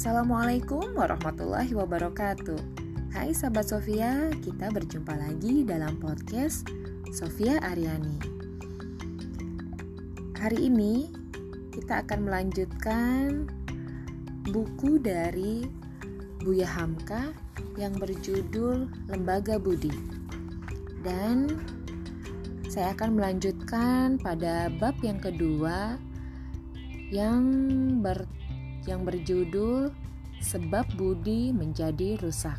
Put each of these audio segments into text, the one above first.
Assalamualaikum warahmatullahi wabarakatuh. Hai sahabat Sofia, kita berjumpa lagi dalam podcast Sofia Aryani. Hari ini kita akan melanjutkan buku dari Buya Hamka yang berjudul Lembaga Budi. Dan saya akan melanjutkan pada bab yang kedua yang berjudul Sebab Budi Menjadi Rusak.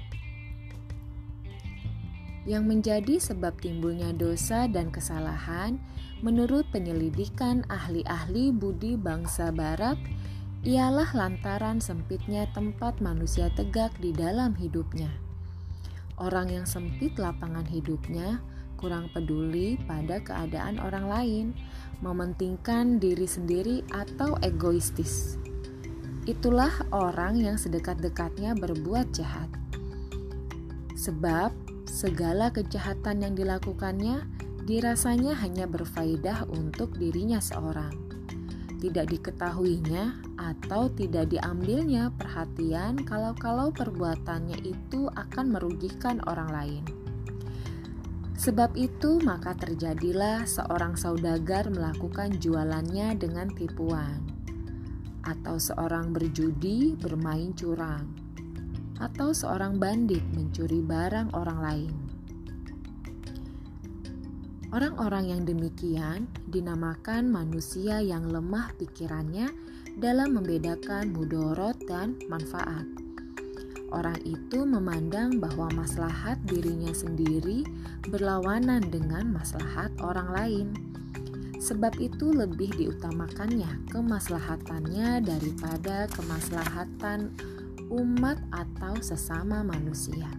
Yang menjadi sebab timbulnya dosa dan kesalahan menurut penyelidikan ahli-ahli budi bangsa barat ialah lantaran sempitnya tempat manusia tegak di dalam hidupnya. Orang yang sempit lapangan hidupnya kurang peduli pada keadaan orang lain, mementingkan diri sendiri atau egoistis. Itulah orang yang sedekat-dekatnya berbuat jahat. Sebab segala kejahatan yang dilakukannya dirasanya hanya berfaedah untuk dirinya seorang. Tidak diketahuinya atau tidak diambilnya perhatian kalau perbuatannya itu akan merugikan orang lain. Sebab itu maka terjadilah seorang saudagar melakukan jualannya dengan tipuan, atau seorang berjudi bermain curang, atau seorang bandit mencuri barang orang lain. Orang-orang yang demikian dinamakan manusia yang lemah pikirannya dalam membedakan mudorot dan manfaat. Orang itu memandang bahwa maslahat dirinya sendiri berlawanan dengan maslahat orang lain. Sebab itu lebih diutamakannya kemaslahatannya daripada kemaslahatan umat atau sesama manusia.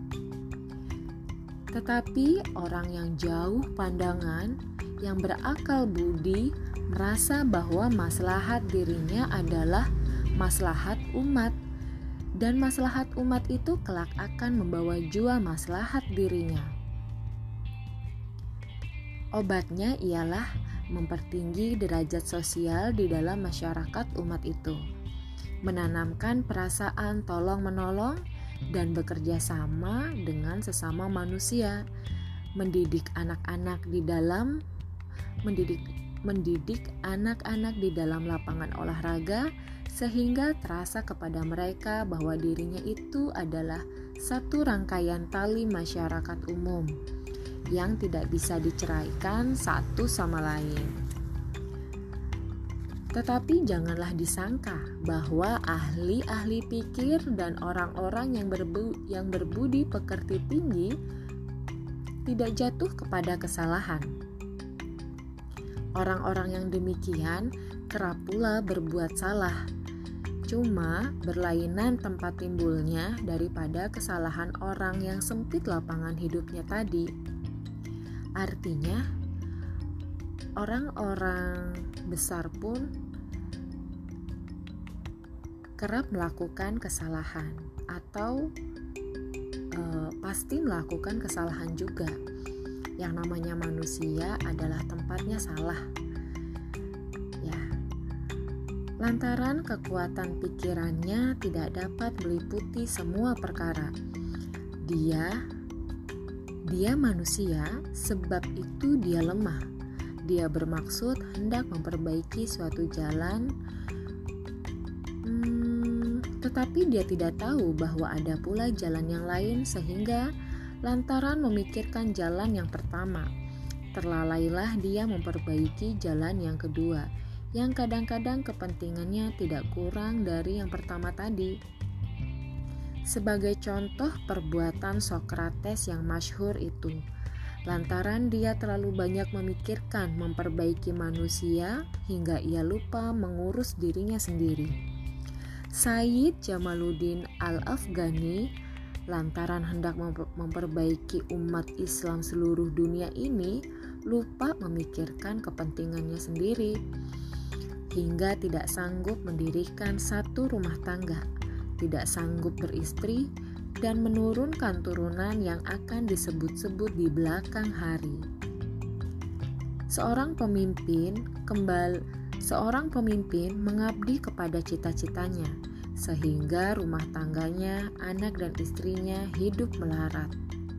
Tetapi orang yang jauh pandangan, yang berakal budi, merasa bahwa maslahat dirinya adalah maslahat umat, dan maslahat umat itu kelak akan membawa jua maslahat dirinya. Obatnya ialah mempertinggi derajat sosial di dalam masyarakat umat itu, menanamkan perasaan tolong-menolong dan bekerja sama dengan sesama manusia, mendidik anak-anak di dalam lapangan olahraga sehingga terasa kepada mereka bahwa dirinya itu adalah satu rangkaian tali masyarakat umum yang tidak bisa diceraikan satu sama lain. Tetapi janganlah disangka bahwa ahli-ahli pikir dan orang-orang yang berbudi pekerti tinggi tidak jatuh kepada kesalahan. Orang-orang yang demikian kerap pula berbuat salah, cuma berlainan tempat timbulnya daripada kesalahan orang yang sempit lapangan hidupnya tadi. Artinya, orang-orang besar pun kerap melakukan kesalahan atau pasti melakukan kesalahan juga. Yang namanya manusia adalah tempatnya salah. Ya. Lantaran kekuatan pikirannya tidak dapat meliputi semua perkara. Dia manusia, sebab itu dia lemah. Dia bermaksud hendak memperbaiki suatu jalan, tetapi dia tidak tahu bahwa ada pula jalan yang lain, sehingga lantaran memikirkan jalan yang pertama, terlalailah dia memperbaiki jalan yang kedua, yang kadang-kadang kepentingannya tidak kurang dari yang pertama tadi. Sebagai contoh perbuatan Sokrates yang masyhur itu, lantaran dia terlalu banyak memikirkan memperbaiki manusia hingga ia lupa mengurus dirinya sendiri. Sayyid Jamaluddin Al-Afghani lantaran hendak memperbaiki umat Islam seluruh dunia ini lupa memikirkan kepentingannya sendiri hingga tidak sanggup mendirikan satu rumah tangga, tidak sanggup beristri, dan menurunkan turunan yang akan disebut-sebut di belakang hari. Seorang pemimpin mengabdi kepada cita-citanya, sehingga rumah tangganya, anak dan istrinya hidup melarat.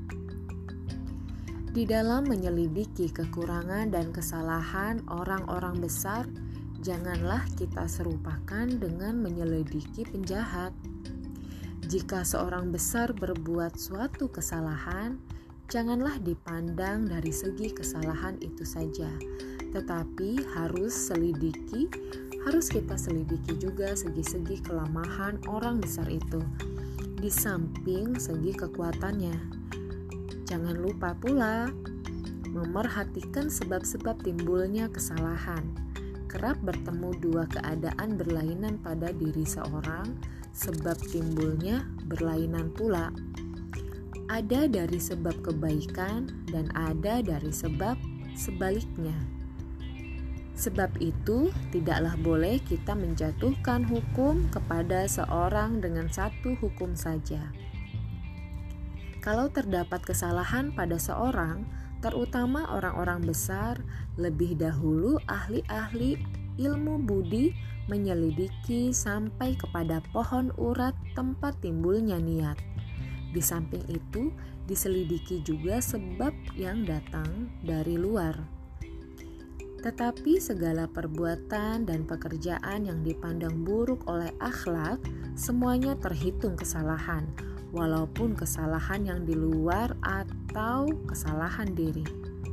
Di dalam menyelidiki kekurangan dan kesalahan orang-orang besar, janganlah kita serupakan dengan menyelidiki penjahat. Jika seorang besar berbuat suatu kesalahan, janganlah dipandang dari segi kesalahan itu saja, tetapi harus kita selidiki juga segi-segi kelemahan orang besar itu, di samping segi kekuatannya. Jangan lupa pula memerhatikan sebab-sebab timbulnya kesalahan. Kerap bertemu dua keadaan berlainan pada diri seorang, sebab timbulnya berlainan pula. Ada dari sebab kebaikan dan ada dari sebab sebaliknya. Sebab itu, tidaklah boleh kita menjatuhkan hukum kepada seorang dengan satu hukum saja. Kalau terdapat kesalahan pada seorang, terutama orang-orang besar, lebih dahulu ahli-ahli ilmu budi menyelidiki sampai kepada pohon urat tempat timbulnya niat. Di samping itu, diselidiki juga sebab yang datang dari luar. Tetapi segala perbuatan dan pekerjaan yang dipandang buruk oleh akhlak, semuanya terhitung kesalahan, walaupun kesalahan yang di luar atau kesalahan diri.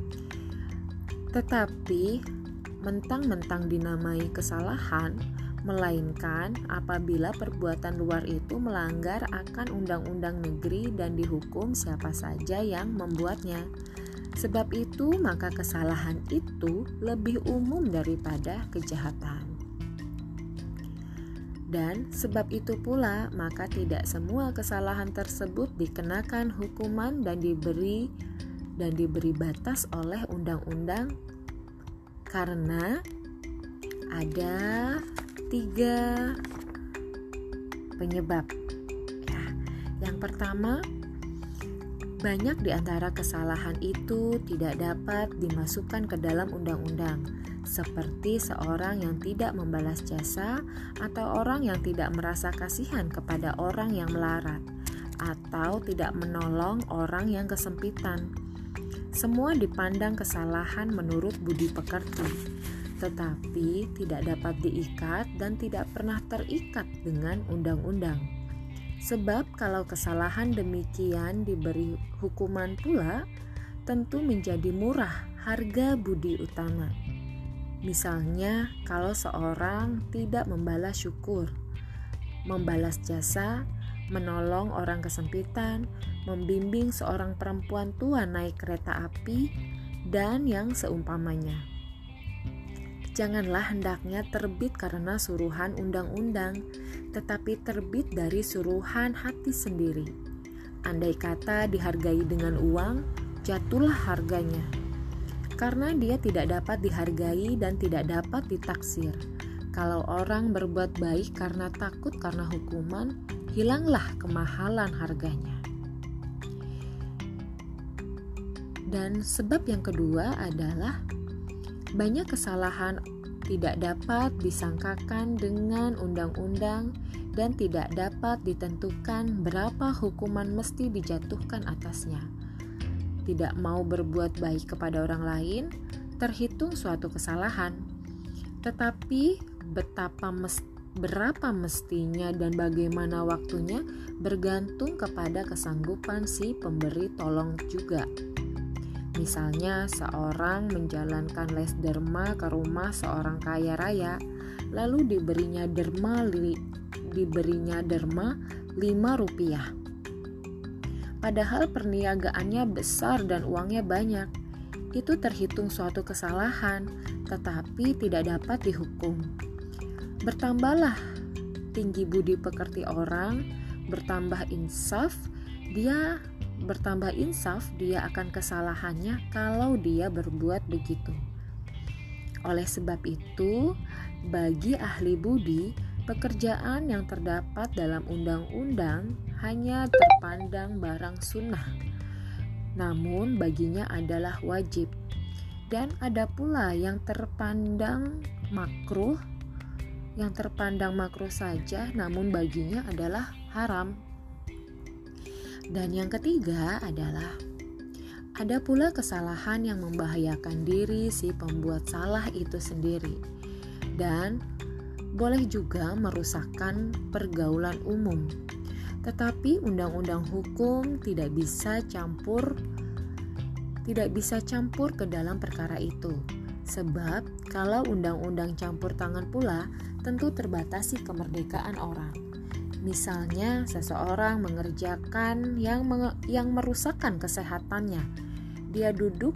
Tetapi mentang-mentang dinamai kesalahan, melainkan apabila perbuatan luar itu melanggar akan undang-undang negeri dan dihukum siapa saja yang membuatnya. Sebab itu maka kesalahan itu lebih umum daripada kejahatan. Dan sebab itu pula maka tidak semua kesalahan tersebut dikenakan hukuman dan diberi batas oleh undang-undang, karena ada 3 penyebab. Ya, yang pertama, banyak di antara kesalahan itu tidak dapat dimasukkan ke dalam undang-undang, seperti seorang yang tidak membalas jasa, atau orang yang tidak merasa kasihan kepada orang yang melarat, atau tidak menolong orang yang kesempitan. Semua dipandang kesalahan menurut budi pekerti, tetapi tidak dapat diikat dan tidak pernah terikat dengan undang-undang. Sebab kalau kesalahan demikian diberi hukuman pula, tentu menjadi murah harga budi utama. Misalnya, kalau seorang tidak membalas syukur, membalas jasa, menolong orang kesempitan, membimbing seorang perempuan tua naik kereta api, dan yang seumpamanya. Janganlah hendaknya terbit karena suruhan undang-undang, tetapi terbit dari suruhan hati sendiri. Andai kata dihargai dengan uang, jatuhlah harganya. Karena dia tidak dapat dihargai dan tidak dapat ditaksir. Kalau orang berbuat baik karena takut karena hukuman, hilanglah kemahalan harganya. Dan sebab yang kedua adalah banyak kesalahan tidak dapat disangkakan dengan undang-undang dan tidak dapat ditentukan berapa hukuman mesti dijatuhkan atasnya. Tidak mau berbuat baik kepada orang lain terhitung suatu kesalahan, tetapi berapa mestinya dan bagaimana waktunya bergantung kepada kesanggupan si pemberi tolong juga. Misalnya seorang menjalankan les derma ke rumah seorang kaya raya, lalu diberinya derma 5 rupiah. Padahal perniagaannya besar dan uangnya banyak. Itu terhitung suatu kesalahan, tetapi tidak dapat dihukum. Bertambahlah tinggi budi pekerti orang, bertambah insaf dia akan kesalahannya kalau dia berbuat begitu. Oleh sebab itu, bagi ahli budi, pekerjaan yang terdapat dalam undang-undang hanya terpandang barang sunnah, namun baginya adalah wajib. Dan ada pula yang terpandang makruh, yang terpandang makruh saja namun baginya adalah haram. Dan yang ketiga adalah ada pula kesalahan yang membahayakan diri si pembuat salah itu sendiri dan boleh juga merusakkan pergaulan umum. Tetapi undang-undang hukum tidak bisa campur ke dalam perkara itu. Sebab kalau undang-undang campur tangan pula, tentu terbatasi kemerdekaan orang. Misalnya seseorang mengerjakan yang merusakkan kesehatannya. Dia duduk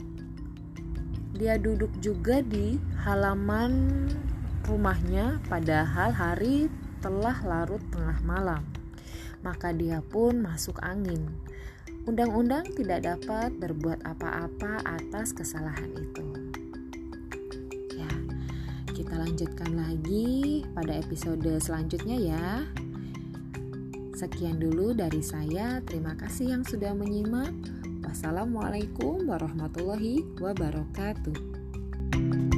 juga di halaman rumahnya padahal hari telah larut tengah malam. Maka dia pun masuk angin. Undang-undang tidak dapat berbuat apa-apa atas kesalahan itu. Ya, kita lanjutkan lagi pada episode selanjutnya ya. Sekian dulu dari saya. Terima kasih yang sudah menyimak. Wassalamualaikum warahmatullahi wabarakatuh.